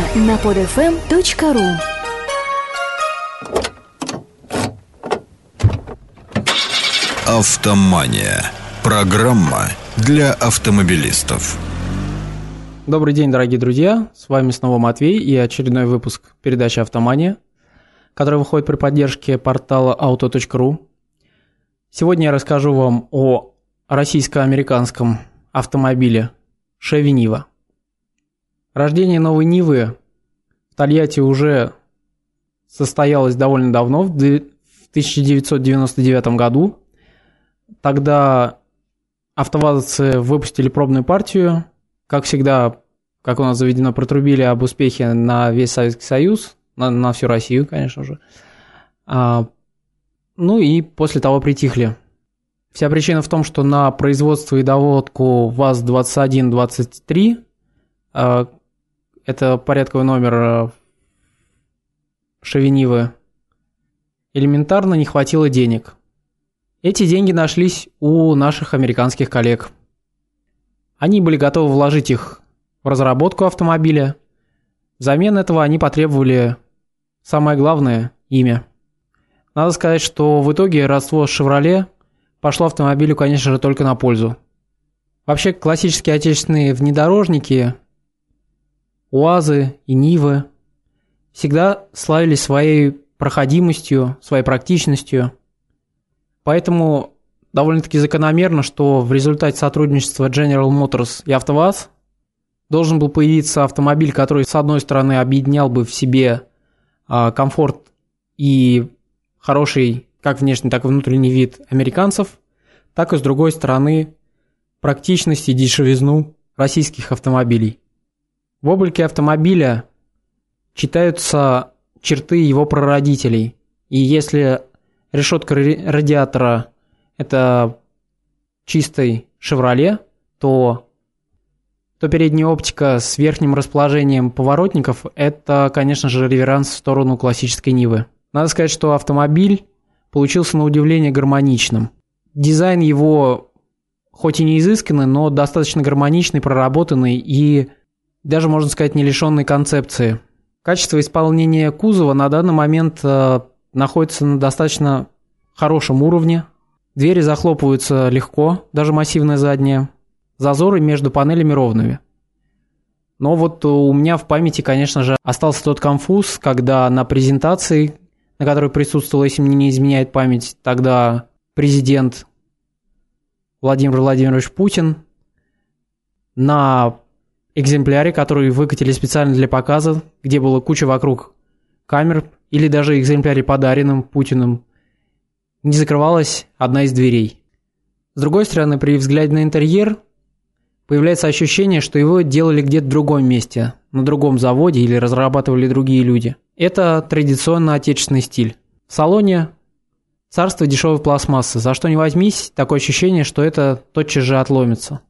на podfm.ru. Автомания. Программа для автомобилистов. Добрый день, дорогие друзья. С вами снова Матвей и очередной выпуск передачи «Автомания», которая выходит при поддержке портала auto.ru. Сегодня я расскажу вам о российско-американском автомобиле Chevy Niva. Рождение новой Нивы в Тольятти уже состоялось довольно давно, в 1999 году. Тогда автовазовцы выпустили пробную партию. Как всегда, как у нас заведено, протрубили об успехе на весь Советский Союз, на всю Россию, конечно же. Ну и после того притихли. Вся причина в том, что на производство и доводку ВАЗ-2123, это порядковый номер Chevy Nivы, элементарно не хватило денег. Эти деньги нашлись у наших американских коллег. Они были готовы вложить их в разработку автомобиля. Взамен этого они потребовали, самое главное, имя. Надо сказать, что в итоге родство с Chevrolet пошло автомобилю, конечно же, только на пользу. Вообще, классические отечественные внедорожники, УАЗы и Нивы, всегда славились своей проходимостью, своей практичностью. Поэтому довольно-таки закономерно, что в результате сотрудничества General Motors и АвтоВАЗ должен был появиться автомобиль, который, с одной стороны, объединял бы в себе комфорт и хороший как внешний, так и внутренний вид американцев, так и, с другой стороны, практичность и дешевизну российских автомобилей. В облике автомобиля читаются черты его прародителей. И если решетка радиатора – это чистый «Шевроле», то передняя оптика с верхним расположением поворотников – это, конечно же, реверанс в сторону классической Нивы. Надо сказать, что автомобиль получился на удивление гармоничным. Дизайн его хоть и не изысканный, но достаточно гармоничный, проработанный и даже, можно сказать, не лишенный концепции. Качество исполнения кузова на данный момент находится на достаточно хорошем уровне. Двери захлопываются легко, даже массивная задняя. Зазоры между панелями ровными. Но вот у меня в памяти, конечно же, остался тот конфуз, когда на презентации, на которой присутствовал, если мне не изменяет память, тогда президент Владимир Владимирович Путин, на экземпляре, который выкатили специально для показа, где было куча вокруг камер, или даже экземпляре, подаренным Путиным, не закрывалась одна из дверей. С другой стороны, при взгляде на интерьер появляется ощущение, что его делали где-то в другом месте, на другом заводе или разрабатывали другие люди. Это традиционно отечественный стиль. В салоне царство дешевой пластмассы. За что ни возьмись, такое ощущение, что это тотчас же отломится.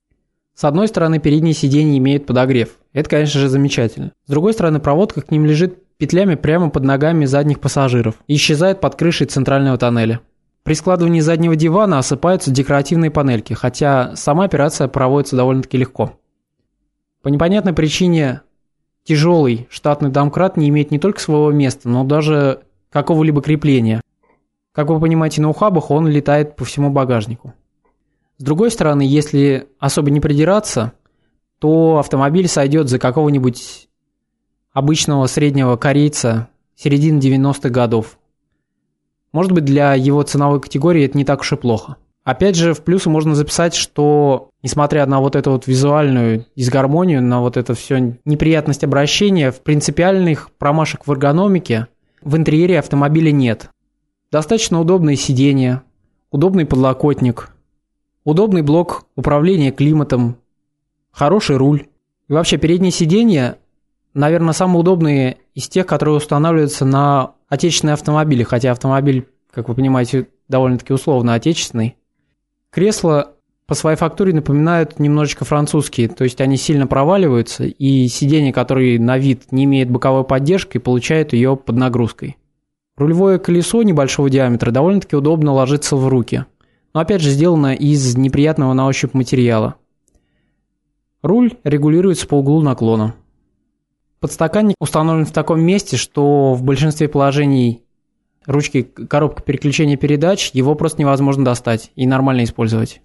С одной стороны, передние сиденья имеют подогрев. Это, конечно же, замечательно. С другой стороны, проводка к ним лежит петлями прямо под ногами задних пассажиров и исчезает под крышей центрального тоннеля. При складывании заднего дивана осыпаются декоративные панельки, хотя сама операция проводится довольно-таки легко. По непонятной причине тяжелый штатный домкрат не имеет не только своего места, но даже какого-либо крепления. Как вы понимаете, на ухабах он летает по всему багажнику. С другой стороны, если особо не придираться, то автомобиль сойдет за какого-нибудь обычного среднего корейца середины 90-х годов. Может быть, для его ценовой категории это не так уж и плохо. Опять же, в плюсы можно записать, что, несмотря на вот эту вот визуальную дисгармонию, на вот это все неприятность обращения, в принципиальных промашек в эргономике в интерьере автомобиля нет. Достаточно удобные сиденья, удобный подлокотник, удобный блок управления климатом, хороший руль. И вообще передние сиденья, наверное, самые удобные из тех, которые устанавливаются на отечественные автомобили, хотя автомобиль, как вы понимаете, довольно-таки условно отечественный. Кресла по своей фактуре напоминают немножечко французские, то есть они сильно проваливаются, и сиденье, которое на вид не имеет боковой поддержки, получает ее под нагрузкой. Рулевое колесо небольшого диаметра довольно-таки удобно ложится в руки, но опять же сделано из неприятного на ощупь материала. Руль регулируется по углу наклона. Подстаканник установлен в таком месте, что в большинстве положений ручки коробка переключения передач его просто невозможно достать и нормально использовать.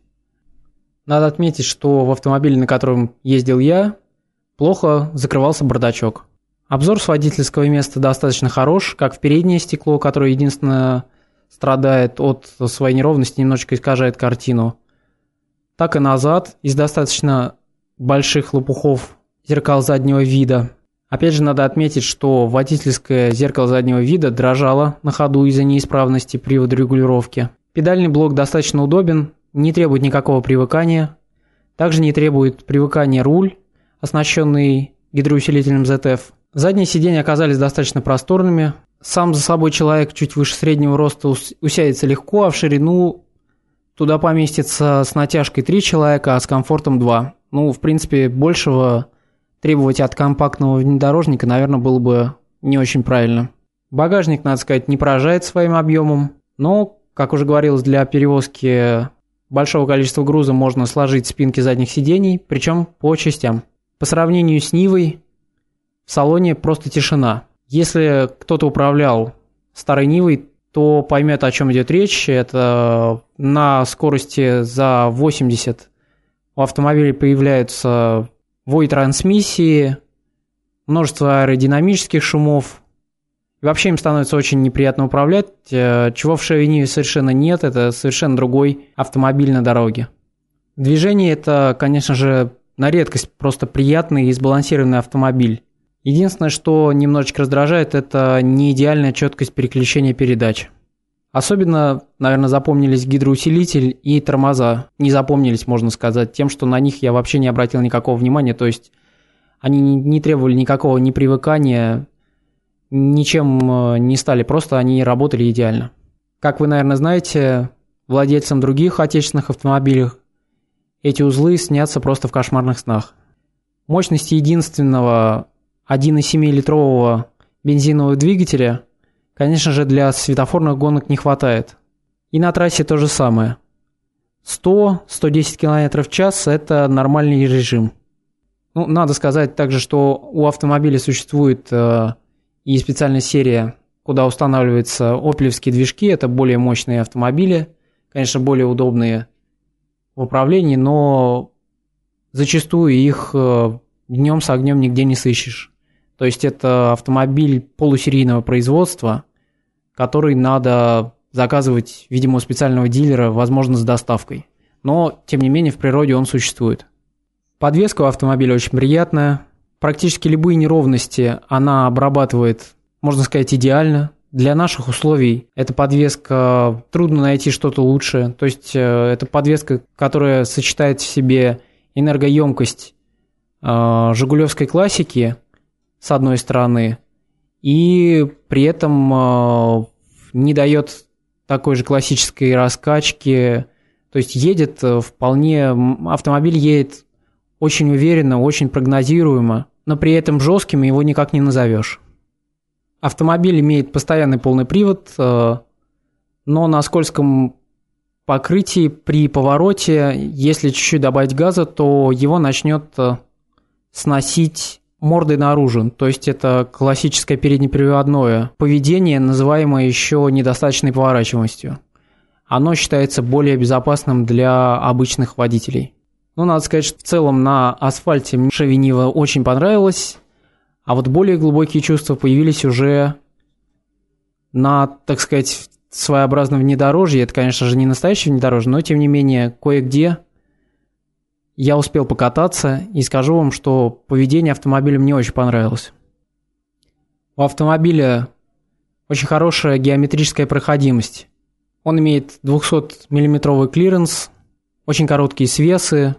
Надо отметить, что в автомобиле, на котором ездил я, плохо закрывался бардачок. Обзор с водительского места достаточно хорош, как в переднее стекло, которое единственное страдает от своей неровности, немножечко искажает картину, так и назад, из достаточно больших лопухов зеркал заднего вида. Опять же, надо отметить, что водительское зеркало заднего вида дрожало на ходу из-за неисправности привода регулировки. Педальный блок достаточно удобен, не требует никакого привыкания. Также не требует привыкания руль, оснащенный гидроусилителем ZF. Задние сиденья оказались достаточно просторными. Сам за собой человек чуть выше среднего роста усядется легко, а в ширину туда поместится с натяжкой 3 человека, а с комфортом 2. В принципе, большего требовать от компактного внедорожника, наверное, было бы не очень правильно. Багажник, надо сказать, не поражает своим объемом, но, как уже говорилось, для перевозки большого количества груза можно сложить спинки задних сидений, причем по частям. По сравнению с Нивой, в салоне просто тишина. Если кто-то управлял старой Нивой, то поймет, о чем идет речь. Это на скорости за 80 у автомобиля появляются вой трансмиссии, множество аэродинамических шумов. И вообще им становится очень неприятно управлять, чего в Chevy Niva совершенно нет, это совершенно другой автомобиль на дороге. Движение это, конечно же, на редкость просто приятный и сбалансированный автомобиль. Единственное, что немножечко раздражает, это не идеальная четкость переключения передач. Особенно, наверное, запомнились гидроусилитель и тормоза. Не запомнились, можно сказать, тем, что на них я вообще не обратил никакого внимания. То есть они не требовали никакого ни привыкания, ничем не стали, просто они работали идеально. Как вы, наверное, знаете, владельцам других отечественных автомобилей эти узлы снятся просто в кошмарных снах. Мощности единственного 1,7-литрового бензинового двигателя, конечно же, для светофорных гонок не хватает. И на трассе то же самое. 100-110 км в час – это нормальный режим. Надо сказать также, что у автомобиля существует и специальная серия, куда устанавливаются опелевские движки. Это более мощные автомобили, конечно, более удобные в управлении, но зачастую их днем с огнем нигде не сыщешь. То есть это автомобиль полусерийного производства, который надо заказывать, видимо, у специального дилера, возможно, с доставкой. Но, тем не менее, в природе он существует. Подвеска у автомобиля очень приятная. Практически любые неровности она обрабатывает, можно сказать, идеально. Для наших условий эта подвеска трудно найти что-то лучше. То есть это подвеска, которая сочетает в себе энергоемкость жигулевской классики, с одной стороны, и при этом не дает такой же классической раскачки. То есть едет вполне, автомобиль едет очень уверенно, очень прогнозируемо, но при этом жестким его никак не назовешь. Автомобиль имеет постоянный полный привод, но на скользком покрытии при повороте, если чуть-чуть добавить газа, то его начнет сносить мордой наружу. То есть это классическое переднеприводное поведение, называемое еще недостаточной поворачиваемостью. Оно считается более безопасным для обычных водителей. Надо сказать, что в целом на асфальте мне Chevy Niva очень понравилось, а вот более глубокие чувства появились уже на, так сказать, своеобразном внедорожье. Это, конечно же, не настоящее внедорожье, но, тем не менее, кое-где я успел покататься, и скажу вам, что поведение автомобиля мне очень понравилось. У автомобиля очень хорошая геометрическая проходимость. Он имеет 200-миллиметровый клиренс, очень короткие свесы,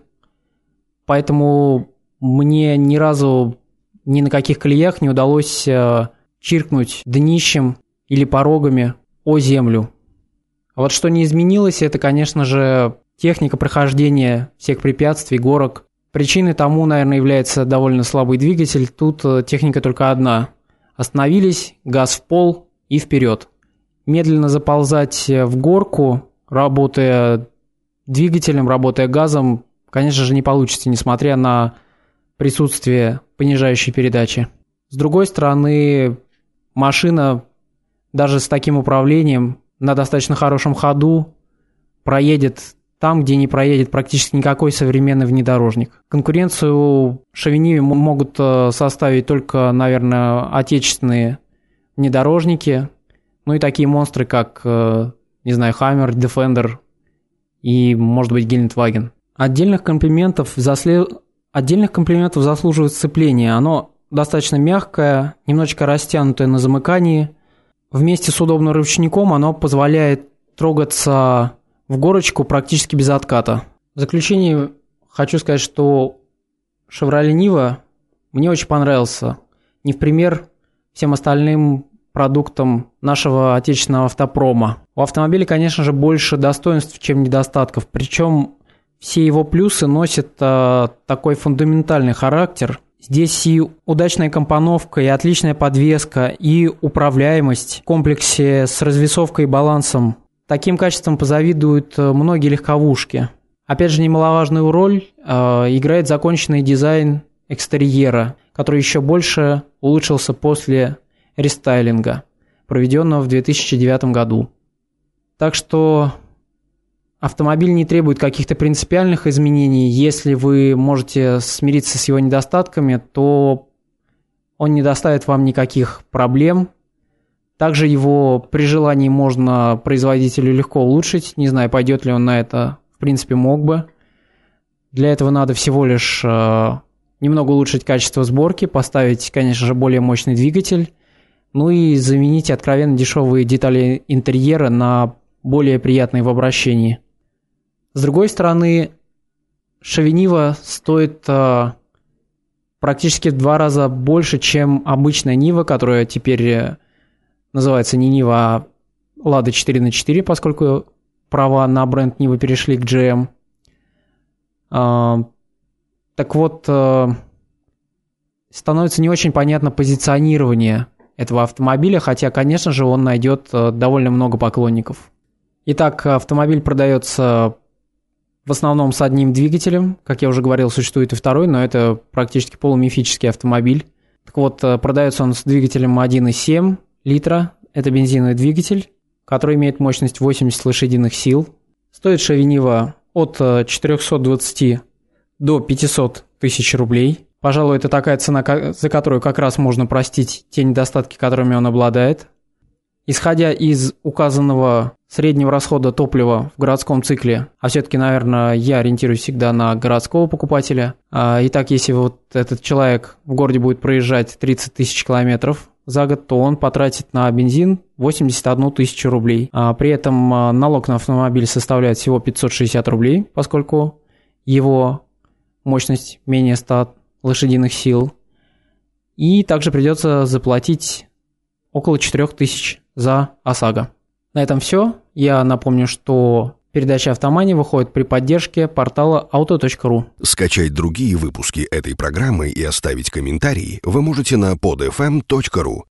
поэтому мне ни разу ни на каких колеях не удалось чиркнуть днищем или порогами о землю. А вот что не изменилось, это, конечно же, техника прохождения всех препятствий, горок. Причиной тому, наверное, является довольно слабый двигатель. Тут техника только одна. Остановились, газ в пол и вперед. Медленно заползать в горку, работая двигателем, работая газом, конечно же, не получится, несмотря на присутствие понижающей передачи. С С другой стороны, машина даже с таким управлением на достаточно хорошем ходу проедет там, где не проедет практически никакой современный внедорожник. Конкуренцию Шавиниве могут составить только, наверное, отечественные внедорожники, ну и такие монстры, как, не знаю, Hammer, Defender и, может быть, Гелендваген. Отдельных комплиментов заслуживает сцепление. Оно достаточно мягкое, немножечко растянутое на замыкании. Вместе с удобным ручником оно позволяет трогаться в горочку практически без отката. В заключение хочу сказать, что Chevrolet Niva мне очень понравился. Не в пример всем остальным продуктам нашего отечественного автопрома. У автомобиля, конечно же, больше достоинств, чем недостатков. Причем все его плюсы носят такой фундаментальный характер. Здесь и удачная компоновка, и отличная подвеска, и управляемость в комплексе с развесовкой и балансом. Таким качеством позавидуют многие легковушки. Опять же, немаловажную роль играет законченный дизайн экстерьера, который еще больше улучшился после рестайлинга, проведенного в 2009 году. Так что автомобиль не требует каких-то принципиальных изменений. Если вы можете смириться с его недостатками, то он не доставит вам никаких проблем. Также его при желании можно производителю легко улучшить. Не знаю, пойдет ли он на это, в принципе, мог бы. Для этого надо всего лишь немного улучшить качество сборки, поставить, конечно же, более мощный двигатель, ну и заменить откровенно дешевые детали интерьера на более приятные в обращении. С другой стороны, Шавинива стоит практически в 2 раза больше, чем обычная Нива, которая теперь называется не Нива, а Lada 4×4, поскольку права на бренд Нивы перешли к GM. Так вот, становится не очень понятно позиционирование этого автомобиля, хотя, конечно же, он найдет довольно много поклонников. Итак, автомобиль продается в основном с одним двигателем. Как я уже говорил, существует и второй, но это практически полумифический автомобиль. Так вот, продается он с двигателем 1,7 литра. Это бензиновый двигатель, который имеет мощность 80 лошадиных сил. Стоит Шавинива от 420 до 500 тысяч рублей. Пожалуй, это такая цена, за которую как раз можно простить те недостатки, которыми он обладает. Исходя из указанного среднего расхода топлива в городском цикле, а все-таки, наверное, я ориентируюсь всегда на городского покупателя. Итак, если вот этот человек в городе будет проезжать 30 тысяч километров за год, то он потратит на бензин 81 тысячу рублей. При этом налог на автомобиль составляет всего 560 рублей, поскольку его мощность менее 100 лошадиных сил. И также придется заплатить около 4000 за ОСАГО. На этом все. Я напомню, что передача «Автомания» выходит при поддержке портала auto.ru. Скачать другие выпуски этой программы и оставить комментарии вы можете на podfm.ru.